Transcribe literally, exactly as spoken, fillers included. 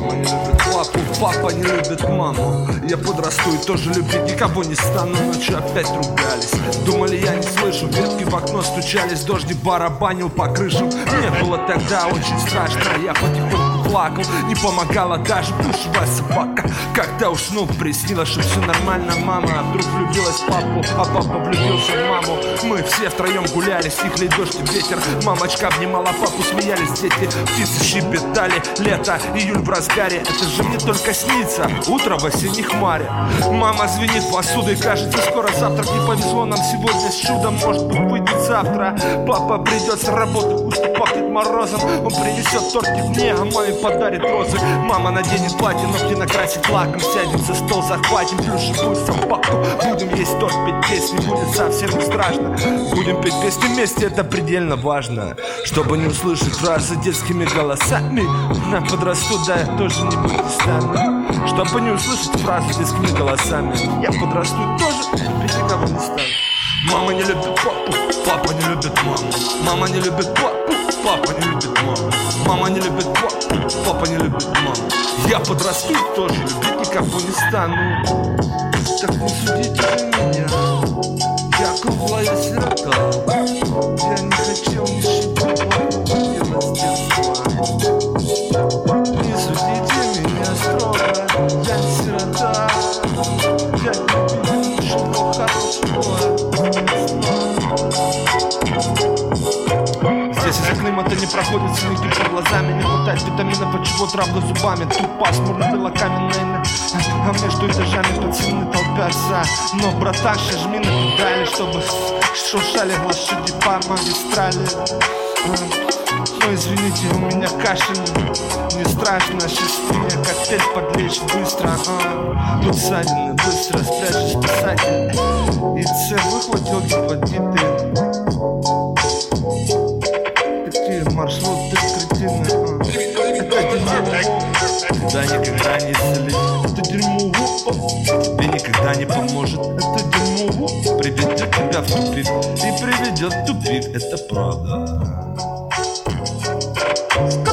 Мама не любит папу, папа не любит маму. Я подрасту и тоже любить никого не стану. Ночью опять ругались, думали я не слышу. Ветки в окно стучались, дождь барабанил по крышам. Мне было тогда очень страшно, я потихоньку плакал. Не помогала даже плюшевая собака. Когда уснул, приснилось, что все нормально. Мама вдруг влюбилась в папу, а папа влюбился в маму. Мы все втроем гуляли, стихли дождь и ветер. Мамочка обнимала папу, смеялись дети. Птицы щебетали, лето, июль в разгаре. Это же мне только снится, утро в осенней хмаре. Мама звенит посудой, кажется, скоро завтрак. Не повезло нам сегодня с чудом, может быть, выйдет завтра. Папа придет с работы, густо пахнет морозом. Он принесет тортик мне, а маме подарит розы. Мама наденет платье, ногти накрасит лаком. Сядем за стол, захватим плюшевую собаку. Будем есть торт, петь песни, будет совсем не страшно. Будем петь песни вместе, это предельно важно. Чтобы не услышать фразы детскими голосами. На подрасту, да, я тоже не буду стану. Чтобы не услышать фразы детскими голосами. Я подрасту и тоже любить никого не стану. Мама не любит папу, папа не любит маму. Мама не любит папу, папа не любит маму. Мама не любит папу, папа не любит маму. Я подрасту и тоже любить никого не стану. Так не судите за меня, я круглая сирота. Я не хотел ничего делать с детства. Не судите меня строго, я не сирота. Я не видел ничего хорошего. Здесь из-за климата не проходит снеги под глазами. Не хватает витаминов, отчего травлю зубами. Тут пасмурно, белокаменная, а между этажами пацаны толпятся. Но, браташи, жми на педали, чтобы шуршали лошади по магистрали. Ну, извините, у меня кашель. Не страшно, сейчас мне коктейль подлечь быстро. а. Тут ссадины, быстро спрячешь писатель. И це выхватил гепатиты. Такие маршруты кретины. а. Это дерьмо, да никогда не исцелить. Это дерьмо, тебе никогда не поможет. Это дерьмо приведет тебя в тупик. И приведет в тупик, это правда.